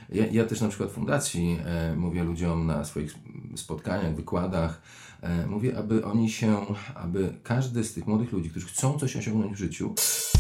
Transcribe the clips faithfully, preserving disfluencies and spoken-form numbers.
Ja, ja też na przykład w fundacji e, mówię ludziom na swoich spotkaniach, wykładach, e, mówię, aby oni się, aby każdy z tych młodych ludzi, którzy chcą coś osiągnąć w życiu,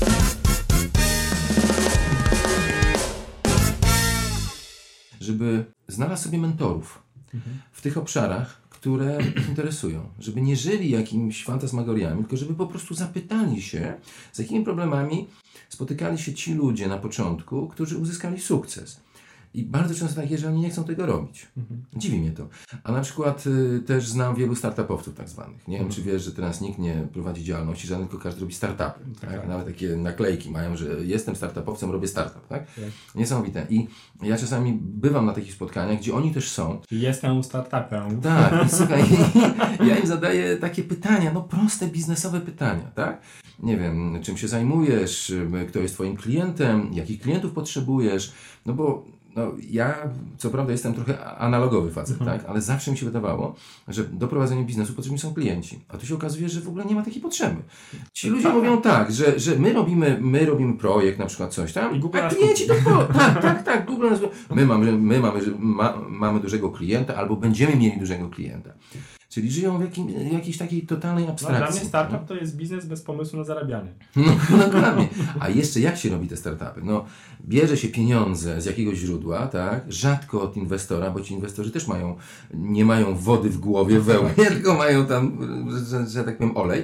żeby znalazł sobie mentorów mhm. w tych obszarach, które ich interesują. Żeby nie żyli jakimiś fantasmagoriami, tylko żeby po prostu zapytali się, z jakimi problemami spotykali się ci ludzie na początku, którzy uzyskali sukces. I bardzo często tak jest, że oni nie chcą tego robić. Mhm. Dziwi mnie to. A na przykład y, też znam wielu startupowców tak zwanych. Nie mhm. wiem, czy wiesz, że teraz nikt nie prowadzi działalności, żaden, tylko każdy robi startupy. Tak? Tak. Nawet takie naklejki mają, że jestem startupowcem, robię startup. Tak? Tak. Niesamowite. I ja czasami bywam na takich spotkaniach, gdzie oni też są. Jestem startupem. Tak. I słuchaj, ja im zadaję takie pytania, no proste biznesowe pytania. Tak? Nie wiem, czym się zajmujesz, kto jest twoim klientem, jakich klientów potrzebujesz, no bo no, ja, co prawda, jestem trochę analogowy facet, mhm. tak? Ale zawsze mi się wydawało, że do prowadzenia biznesu potrzebni są klienci. A tu się okazuje, że w ogóle nie ma takiej potrzeby. Ci ludzie tak. mówią tak, że, że my robimy, my robimy projekt, na przykład coś tam, I Google a klienci to pro... tak, tak, tak, Google nas... My mamy, my mamy, ma, mamy dużego klienta, albo będziemy mieli dużego klienta. Czyli żyją w jakim, jakiejś takiej totalnej abstrakcji. No, dla mnie startup to jest biznes bez pomysłu na zarabianie. No, dokładnie. A jeszcze jak się robi te startupy? No, bierze się pieniądze z jakiegoś źródła, tak? Rzadko od inwestora, bo ci inwestorzy też mają, nie mają wody w głowie, wełnie, tylko mają tam, że, że tak powiem, olej.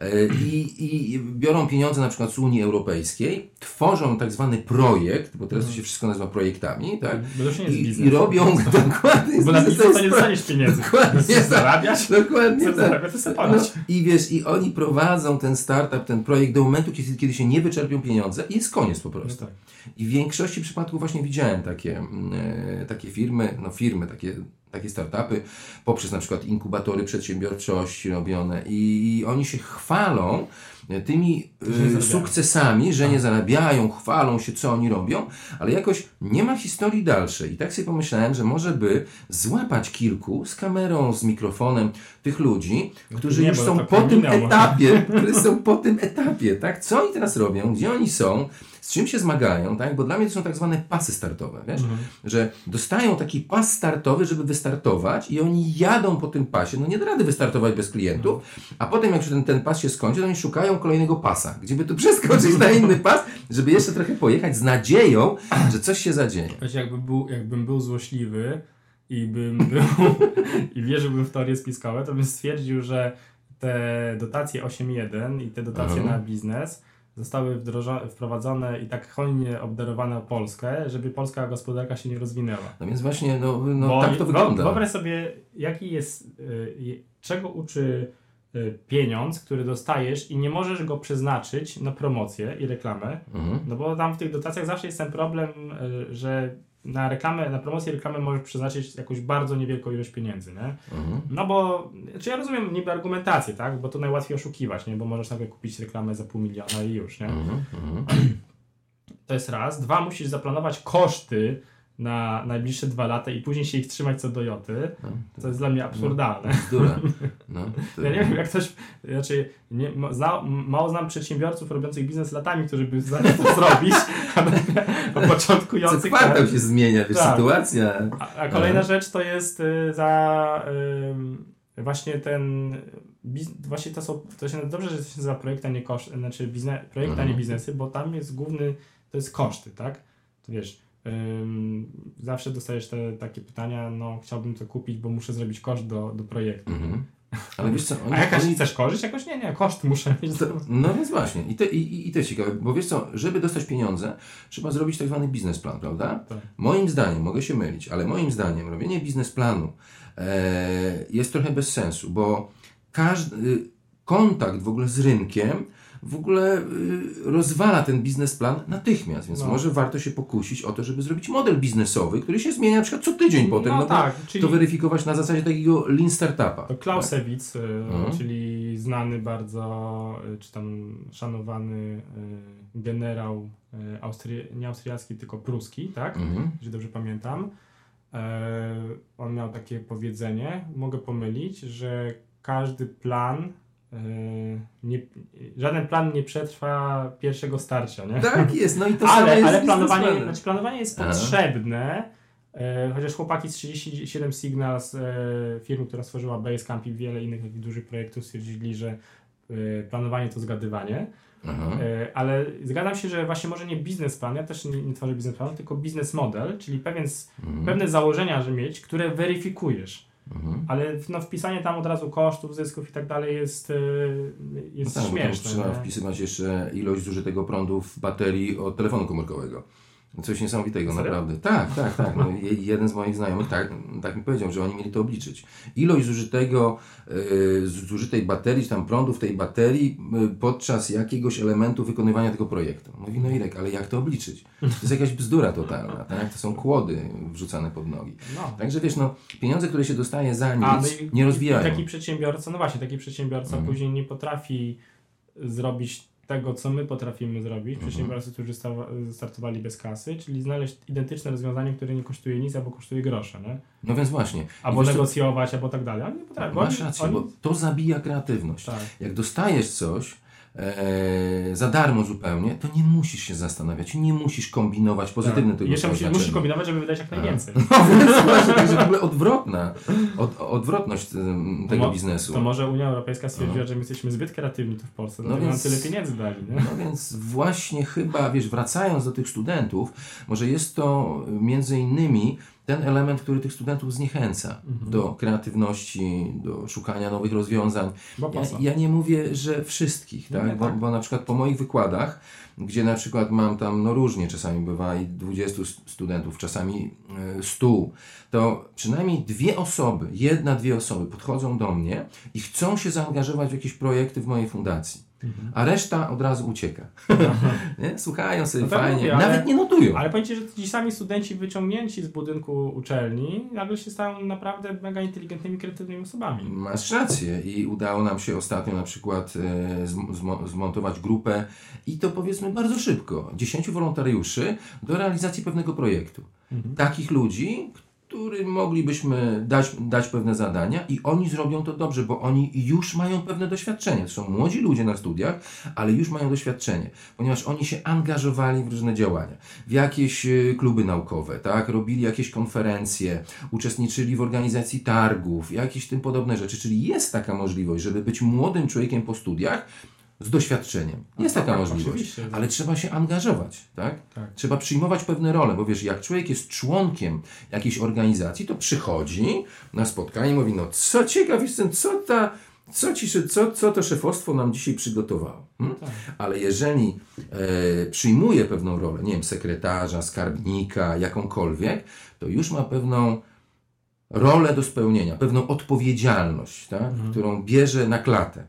I, I biorą pieniądze na przykład z Unii Europejskiej, tworzą tak zwany projekt, bo teraz to się wszystko nazywa projektami, tak? I, i robią dokładnie. Bo na biznesie nie dostaniesz pieniędzy. Dokładnie. Zarabiać? Dokładnie Co tak. zarabia, to sobie ponać. No, i wiesz, i oni prowadzą ten startup, ten projekt do momentu, kiedy, kiedy się nie wyczerpią pieniądze i jest koniec po prostu. No tak. I w większości przypadków właśnie widziałem takie, e, takie firmy, no firmy, takie, takie startupy, poprzez na przykład inkubatory przedsiębiorczości robione i, i oni się chwalą tymi y, sukcesami, że nie zarabiają, chwalą się, co oni robią, ale jakoś nie ma historii dalszej. I tak sobie pomyślałem, że może by złapać kilku z kamerą, z mikrofonem tych ludzi, którzy nie, już są po tym etapie, którzy są po tym etapie, tak? Co oni teraz robią, gdzie oni są, z czym się zmagają, tak? Bo dla mnie to są tak zwane pasy startowe, wiesz? Mhm. Że dostają taki pas startowy, żeby wystartować i oni jadą po tym pasie, no nie da rady wystartować bez klientów, mhm. a potem jak już ten, ten pas się skończy, to oni szukają kolejnego pasa, gdzie by tu przeskoczyć na inny pas, żeby jeszcze trochę pojechać z nadzieją, że coś się zadzieje. Wiesz, jakby był, jakbym był złośliwy i bym był i wierzyłbym w teorie spiskowe, to bym stwierdził, że te dotacje osiem jeden i te dotacje Aha. na biznes zostały wdrożone, wprowadzone i tak hojnie obdarowane o Polskę, żeby polska gospodarka się nie rozwinęła. No więc właśnie, no, no Bo tak to wygląda. Wyobraź sobie, jaki jest, y, czego uczy y, pieniądz, który dostajesz i nie możesz go przeznaczyć na promocję i reklamę, mhm. no bo tam w tych dotacjach zawsze jest ten problem, y, że na reklamę, na promocję i reklamę możesz przeznaczyć jakąś bardzo niewielką ilość pieniędzy, nie? Mhm. No bo, czy ja rozumiem niby argumentację, tak? Bo to najłatwiej oszukiwać, nie? Bo możesz nagle kupić reklamę za pół miliona i już, nie? Mhm. To jest raz. Dwa, musisz zaplanować koszty na najbliższe dwa lata i później się ich trzymać co do joty. No, to, to jest dla mnie absurdalne. No, no, to... Ja nie wiem, jak ktoś, znaczy nie, zna, mało znam przedsiębiorców robiących biznes latami, którzy by zamiast to zrobić, a początkujących... Co kwartał się zmienia, wiesz, tak. sytuacja. A, a kolejna rzecz to jest y, za y, właśnie ten... Biz, właśnie to są, to się dobrze, że to się nazywa projekt, a nie koszt, znaczy biznes, projekt, a nie biznesy, bo tam jest główny, to jest koszty, tak? To wiesz, Ym, zawsze dostajesz te takie pytania, no chciałbym to kupić, bo muszę zrobić koszt do, do projektu. Mm-hmm. Ale wiesz co, oni, A jakaś oni... chcesz korzyść? Jakoś nie, nie, koszt muszę mieć. To, no więc właśnie, i to, i, i to jest ciekawe, bo wiesz co, żeby dostać pieniądze, trzeba zrobić tak zwany biznesplan, prawda? Tak. Moim zdaniem, mogę się mylić, ale moim zdaniem robienie biznesplanu e, jest trochę bez sensu, bo każdy kontakt w ogóle z rynkiem w ogóle y, rozwala ten biznesplan natychmiast, więc no. może warto się pokusić o to, żeby zrobić model biznesowy, który się zmienia na przykład co tydzień potem, no, no tak, czyli... to weryfikować na zasadzie takiego lean startupa. To Clausewitz, tak? y, mhm. czyli znany bardzo, y, czy tam szanowany y, generał y, Austri- nie austriacki, tylko pruski, tak? Mhm. Jeżeli dobrze pamiętam. Y, on miał takie powiedzenie, mogę pomylić, że każdy plan Nie, żaden plan nie przetrwa pierwszego starcia, nie? Tak jest, no i to ale, samo jest ale planowanie, znaczy planowanie jest Aha. potrzebne, E, chociaż chłopaki z trzydzieści siedem Signals, e, firmy, która stworzyła Basecamp i wiele innych takich dużych projektów, stwierdzili, że e, planowanie to zgadywanie. E, ale zgadzam się, że właśnie może nie biznesplan, ja też nie, nie tworzę biznesplanu, tylko biznes model, czyli pewien, mhm. pewne założenia, że mieć, które weryfikujesz. Mhm. Ale no, wpisanie tam od razu kosztów, zysków i tak dalej jest, jest no tak, śmieszne. Trzeba wpisywać jeszcze ilość zużytego prądu w baterii od telefonu komórkowego. Coś niesamowitego, serio? Naprawdę. Tak, tak, tak. No, jeden z moich znajomych tak, tak mi powiedział, że oni mieli to obliczyć. Ilość zużytego, yy, zużytej baterii, czy tam prądu w tej baterii yy, podczas jakiegoś elementu wykonywania tego projektu. Mówi, no Irek, ale jak to obliczyć? To jest jakaś bzdura totalna, tak? To są kłody wrzucane pod nogi. No. Także wiesz, no, pieniądze, które się dostaje za nic, A, no i, nie rozwijają. I taki przedsiębiorca, no właśnie, taki przedsiębiorca mhm. później nie potrafi zrobić tego, co my potrafimy zrobić, mhm. przedsiębiorcy, którzy startowali bez kasy, czyli znaleźć identyczne rozwiązanie, które nie kosztuje nic, albo kosztuje grosze, nie? No więc właśnie. Albo negocjować, to... albo tak dalej. Ale nie potrafią. Masz rację, oni... bo to zabija kreatywność. Tak. Jak dostajesz coś e, za darmo zupełnie, to nie musisz się zastanawiać, nie musisz kombinować pozytywne tak. tego Jeszcze musisz, musisz kombinować, żeby wydać jak najwięcej. No więc właśnie, także w ogóle odwrotna, od, odwrotność tego mo, biznesu. To może Unia Europejska stwierdziła, no. że my jesteśmy zbyt kreatywni tu w Polsce, dlatego no nam tyle pieniędzy dali. Nie? No więc właśnie chyba, wiesz, wracając do tych studentów, może jest to między innymi ten element, który tych studentów zniechęca mhm. do kreatywności, do szukania nowych rozwiązań. Ja, ja nie mówię, że wszystkich, tak? Nie, bo, tak? bo na przykład po moich wykładach, gdzie na przykład mam tam, no różnie, czasami bywa i dwudziestu studentów, czasami stu, to przynajmniej dwie osoby, jedna, dwie osoby podchodzą do mnie i chcą się zaangażować w jakieś projekty w mojej fundacji. Mhm. A reszta od razu ucieka. Nie? Słuchają sobie no fajnie, mówię, nawet ale, nie notują. Ale powiedzcie, że ci sami studenci wyciągnięci z budynku uczelni nagle się stają naprawdę mega inteligentnymi, kreatywnymi osobami. Masz rację i udało nam się ostatnio na przykład e, zmo- zmontować grupę i to powiedzmy bardzo szybko. Dziesięciu wolontariuszy do realizacji pewnego projektu. Mhm. Takich ludzi, którym moglibyśmy dać, dać pewne zadania i oni zrobią to dobrze, bo oni już mają pewne doświadczenie. To są młodzi ludzie na studiach, ale już mają doświadczenie, ponieważ oni się angażowali w różne działania, w jakieś kluby naukowe, tak? Robili jakieś konferencje, uczestniczyli w organizacji targów, jakieś tym podobne rzeczy. Czyli jest taka możliwość, żeby być młodym człowiekiem po studiach, z doświadczeniem. Jest taka tak, możliwość, ale trzeba się angażować, tak? tak? Trzeba przyjmować pewne role, bo wiesz, jak człowiek jest członkiem jakiejś organizacji, to przychodzi na spotkanie i mówi, no co ciekaw jestem, co ta, co, ci, co, co to szefostwo nam dzisiaj przygotowało. Hmm? Tak. Ale jeżeli e, przyjmuje pewną rolę, nie wiem, sekretarza, skarbnika, jakąkolwiek, to już ma pewną rolę do spełnienia, pewną odpowiedzialność, tak? Mhm. którą bierze na klatę.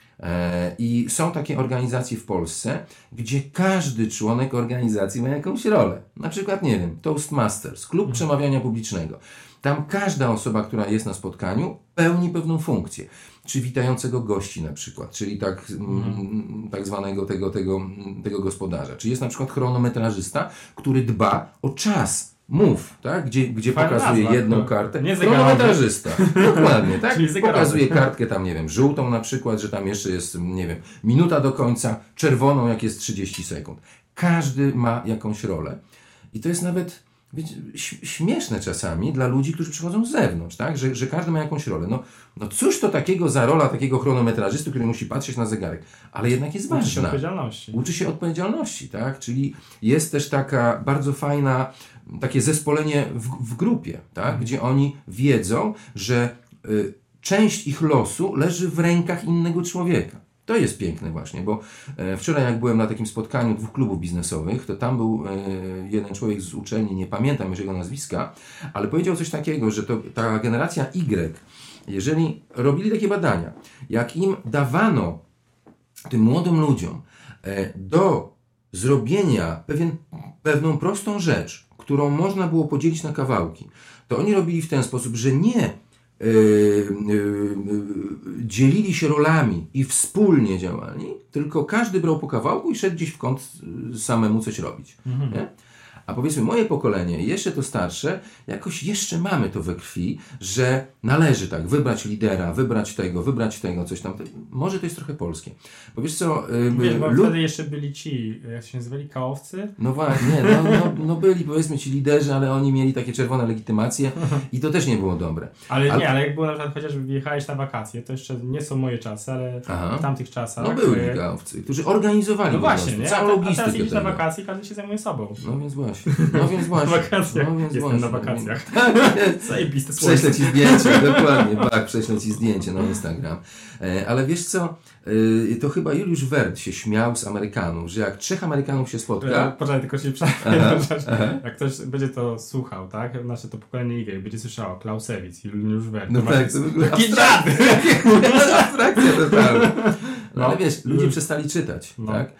I są takie organizacje w Polsce, gdzie każdy członek organizacji ma jakąś rolę. Na przykład, nie wiem, Toastmasters, klub mhm. przemawiania publicznego. Tam każda osoba, która jest na spotkaniu, pełni pewną funkcję. Czy witającego gości na przykład, czyli tak, mhm. tak zwanego tego, tego, tego gospodarza. Czy jest na przykład chronometrażysta, który dba o czas. Mów, tak? Gdzie, gdzie pokazuje nazwa, jedną kartę. Nie chronometrażysta. Dokładnie, tak? Pokazuje kartkę tam, nie wiem, żółtą na przykład, że tam jeszcze jest, nie wiem, minuta do końca, czerwoną, jak jest trzydzieści sekund. Każdy ma jakąś rolę. I to jest nawet, wiecie, śmieszne czasami dla ludzi, którzy przychodzą z zewnątrz, tak? Że, że każdy ma jakąś rolę. No, no cóż to takiego za rola takiego chronometrażysty, który musi patrzeć na zegarek, ale jednak jest ważna. Uczy się odpowiedzialności. Uczy się odpowiedzialności, tak? Czyli jest też taka bardzo fajna, takie zespolenie w, w grupie, tak? Mhm. Gdzie oni wiedzą, że y, część ich losu leży w rękach innego człowieka. To jest piękne właśnie, bo e, wczoraj jak byłem na takim spotkaniu dwóch klubów biznesowych, to tam był e, jeden człowiek z uczelni, nie pamiętam już jego nazwiska, ale powiedział coś takiego, że to, ta generacja Y, jeżeli robili takie badania, jak im dawano tym młodym ludziom e, do zrobienia pewien, pewną prostą rzecz, którą można było podzielić na kawałki, to oni robili w ten sposób, że nie Yy, yy, yy, dzielili się rolami i wspólnie działali, tylko każdy brał po kawałku i szedł gdzieś w kąt samemu coś robić. Mhm. Nie? A powiedzmy moje pokolenie, jeszcze to starsze, jakoś jeszcze mamy to we krwi, że należy tak wybrać lidera, wybrać tego, wybrać tego, coś tam. Może to jest trochę polskie. Bo wiesz co... Wiesz, bo lud... wtedy jeszcze byli ci, jak się nazywali, kaowcy? No właśnie, nie, no, no, no byli powiedzmy ci liderzy, ale oni mieli takie czerwone legitymacje i to też nie było dobre. Ale, ale nie, ale jak było na przykład chociażby wyjechałeś na wakacje, to jeszcze nie są moje czasy, ale Aha. w tamtych czasach... No byli kaowcy, którzy organizowali no właśnie, nie? całą logistykę. A teraz idziesz na wakacje i każdy się zajmuje sobą. No więc właśnie, no więc właśnie. Wakacjach. No więc Jestem właśnie. na wakacjach. Zajebiste słowo. Prześlę ci zdjęcie, dokładnie, tak, prześlę ci zdjęcie na Instagram. E, ale wiesz co, e, to chyba Juliusz Wert się śmiał z Amerykanów, że jak trzech Amerykanów się spotka... E, Poczekaj, tylko się przerwę. Jak ktoś będzie to słuchał, tak? Nasze to pokolenie Y będzie słyszało Clausewitz i Juliusz Wert. No tak, to w ogóle abstrakcja. Abstrakcja totalna. No, no ale wiesz, ludzie no. przestali czytać, no. tak?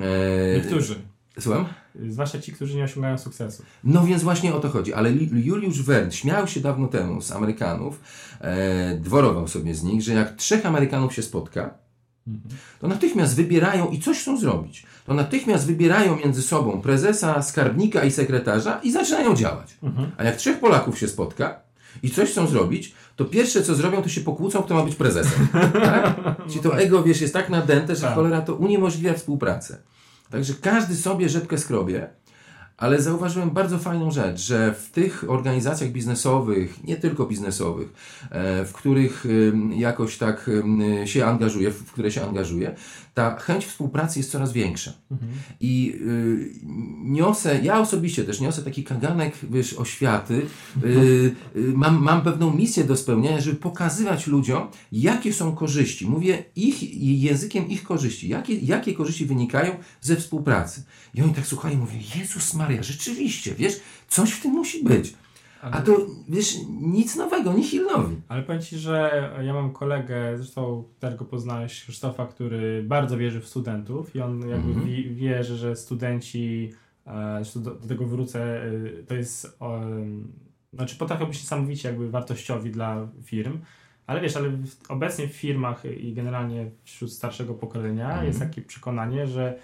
E, Niektórzy. Słucham? Zwłaszcza ci, którzy nie osiągają sukcesu. No więc właśnie o to chodzi. Ale Juliusz Wert śmiał się dawno temu z Amerykanów, e, dworował sobie z nich, że jak trzech Amerykanów się spotka, mhm. to natychmiast wybierają i coś chcą zrobić. To natychmiast wybierają między sobą prezesa, skarbnika i sekretarza i zaczynają działać. Mhm. A jak trzech Polaków się spotka i coś chcą zrobić, to pierwsze co zrobią, to się pokłócą, kto ma być prezesem. Tak? Czyli to ego, wiesz, jest tak nadęte, że tak. cholera to uniemożliwia współpracę. Także każdy sobie rzepkę skrobie, ale zauważyłem bardzo fajną rzecz, że w tych organizacjach biznesowych, nie tylko biznesowych, w których jakoś tak się angażuję, w które się angażuję, ta chęć współpracy jest coraz większa. Mhm. I y, niosę, ja osobiście też niosę taki kaganek, wiesz, oświaty. Y, y, mam, mam pewną misję do spełnienia, żeby pokazywać ludziom, jakie są korzyści. Mówię ich językiem ich korzyści. Jakie, jakie korzyści wynikają ze współpracy. I oni tak słuchają i mówią, Jezus Maria, rzeczywiście, wiesz, coś w tym musi być. Ale... A to, wiesz, nic nowego, nihil nowy. Ale powiem Ci, że ja mam kolegę, zresztą też go poznałeś, Krzysztofa, który bardzo wierzy w studentów i on jakby mm-hmm. wi- wierzy, że studenci, e, do, do tego wrócę, e, to jest, e, znaczy potrafią być niesamowicie jakby wartościowi dla firm, ale wiesz, ale w, obecnie w firmach i generalnie wśród starszego pokolenia mm-hmm. jest takie przekonanie, że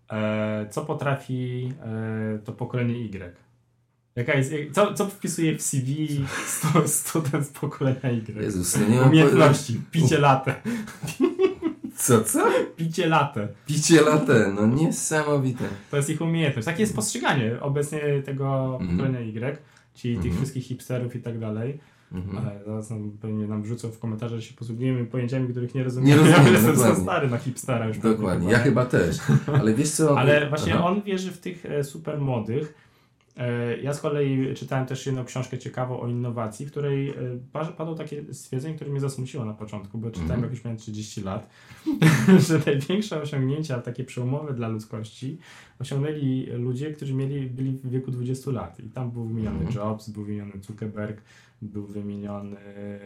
e, co potrafi e, to pokolenie Y. Jaka jest, co, co wpisuje w C V student z pokolenia Y? Jezus, no nie mam umiejętności. Picie latte. Co, co? Picie latte. Picie latte, no niesamowite. To jest ich umiejętność. Takie jest postrzeganie obecnie tego mm-hmm. pokolenia Y, czyli mm-hmm. tych wszystkich hipsterów i tak dalej. Mm-hmm. Ale zaraz nam, pewnie nam wrzucą w komentarze, że się posługujemy pojęciami, których nie rozumiemy. Nie rozumiem, ja jestem za stary na hipstera już. Dokładnie, ja chyba też. Ale wiesz co? Ale właśnie Aha. on wierzy w tych e, super młodych. Ja z kolei czytałem też jedną książkę ciekawą o innowacji, w której padło takie stwierdzenie, które mnie zasmuciło na początku, bo czytałem, mm. jak już miałem trzydzieści lat, że największe osiągnięcia, takie przełomowe dla ludzkości, osiągnęli ludzie, którzy mieli, byli w wieku dwudziestu lat. I tam był wymieniony mm. Jobs, był wymieniony Zuckerberg, był wymieniony...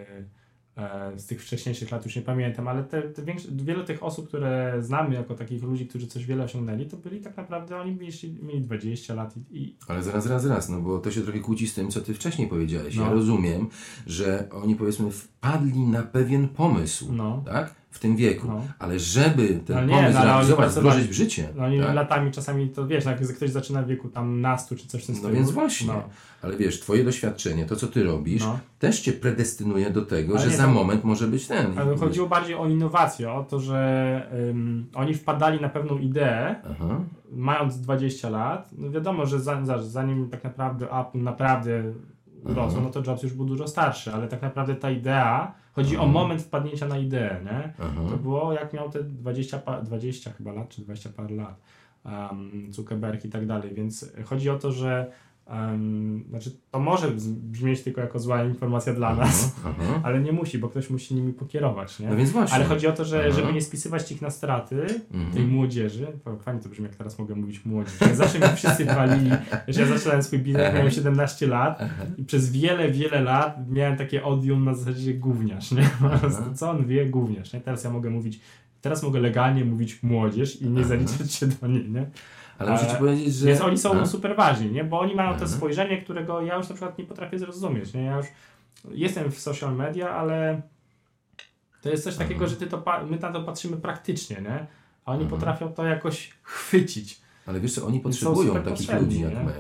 Z tych wcześniejszych lat już nie pamiętam, ale te, te większe, wiele tych osób, które znamy jako takich ludzi, którzy coś wiele osiągnęli, to byli tak naprawdę, oni mieli, mieli dwadzieścia lat i, i... Ale zaraz, zaraz, zaraz, no bo to się trochę kłóci z tym, co ty wcześniej powiedziałeś. No. Ja rozumiem, że oni powiedzmy wpadli na pewien pomysł, no. tak? W tym wieku, no. ale żeby ten no nie, pomysł no, realizować, wdrożyć w życie. No oni tak? latami czasami to wiesz, jak ktoś zaczyna w wieku tam nastu czy coś w tym stylu. No więc właśnie, no. ale wiesz, twoje doświadczenie, to co ty robisz, no. też cię predestynuje do tego, ale że nie, za to... moment może być ten. Ale chodziło bardziej o innowację, o to, że um, oni wpadali na pewną ideę, Aha. mając dwadzieścia lat. No wiadomo, że za, zanim tak naprawdę Apple naprawdę rosło, no to Jobs już był dużo starszy, ale tak naprawdę ta idea, chodzi Aha. o moment wpadnięcia na ideę, nie? Aha. To było jak miał te dwadzieścia, dwadzieścia chyba lat, czy dwadzieścia parę lat, um, Zuckerberg i tak dalej, więc chodzi o to, że um, znaczy to może brzmieć tylko jako zła informacja dla Aha. nas, Aha. ale nie musi, bo ktoś musi nimi pokierować, nie? No więc właśnie. Ale chodzi o to, że Aha. żeby nie spisywać ich na straty, mhm. tej młodzieży, to fajnie to brzmi, jak teraz mogę mówić młodzież, jak zawsze mi wszyscy walili, że ja zaczynałem swój biznes, miałem siedemnaście lat Aha. i przez wiele, wiele lat miałem takie odium na zasadzie gówniarz, nie? Co on wie? Gówniarz, nie? Teraz ja mogę mówić, teraz mogę legalnie mówić młodzież i nie Aha. zaliczać się do niej, nie? Ale muszę ci powiedzieć, że... Więc oni są A? super ważni, nie? Bo oni mają Aha. to spojrzenie, którego ja już na przykład nie potrafię zrozumieć, nie? Ja już jestem w social media, ale to jest coś Aha. takiego, że ty to, my na to patrzymy praktycznie, nie? A oni Aha. potrafią to jakoś chwycić. Ale wiesz co, oni potrzebują takich ludzi jak nie? my.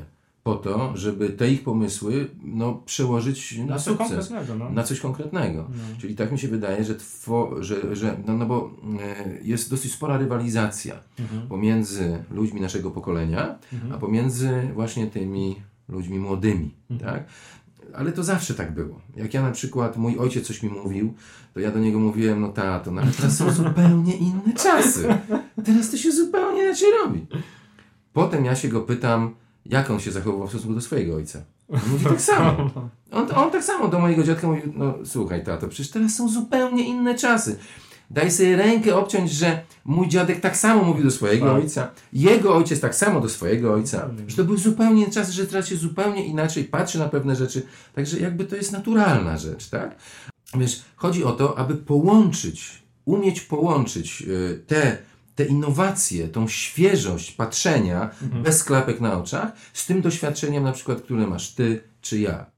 po to, żeby te ich pomysły no, przełożyć na, Na coś sukces, konkretnego, no. na coś konkretnego. No. Czyli tak mi się wydaje, że, two, że, że no, no bo e, jest dosyć spora rywalizacja Mhm. pomiędzy ludźmi naszego pokolenia, Mhm. a pomiędzy właśnie tymi ludźmi młodymi, Mhm. tak? Ale to zawsze tak było. Jak ja na przykład, mój ojciec coś mi mówił, to ja do niego mówiłem, no tato, no ale teraz są zupełnie inne czasy. Teraz to się zupełnie inaczej robi. Potem ja się go pytam, jak on się zachowywał w stosunku do swojego ojca. On mówi tak samo. On, on tak samo do mojego dziadka mówił, no słuchaj tato, przecież teraz są zupełnie inne czasy. Daj sobie rękę obciąć, że mój dziadek tak samo mówił do swojego tak. ojca, jego ojciec tak samo do swojego ojca, że to były zupełnie inne czasy, że teraz się zupełnie inaczej patrzy na pewne rzeczy, także jakby to jest naturalna rzecz, tak? Wiesz, chodzi o to, aby połączyć, umieć połączyć y, te, te innowacje, tą świeżość patrzenia mhm. bez klapek na oczach z tym doświadczeniem na przykład, które masz ty czy ja.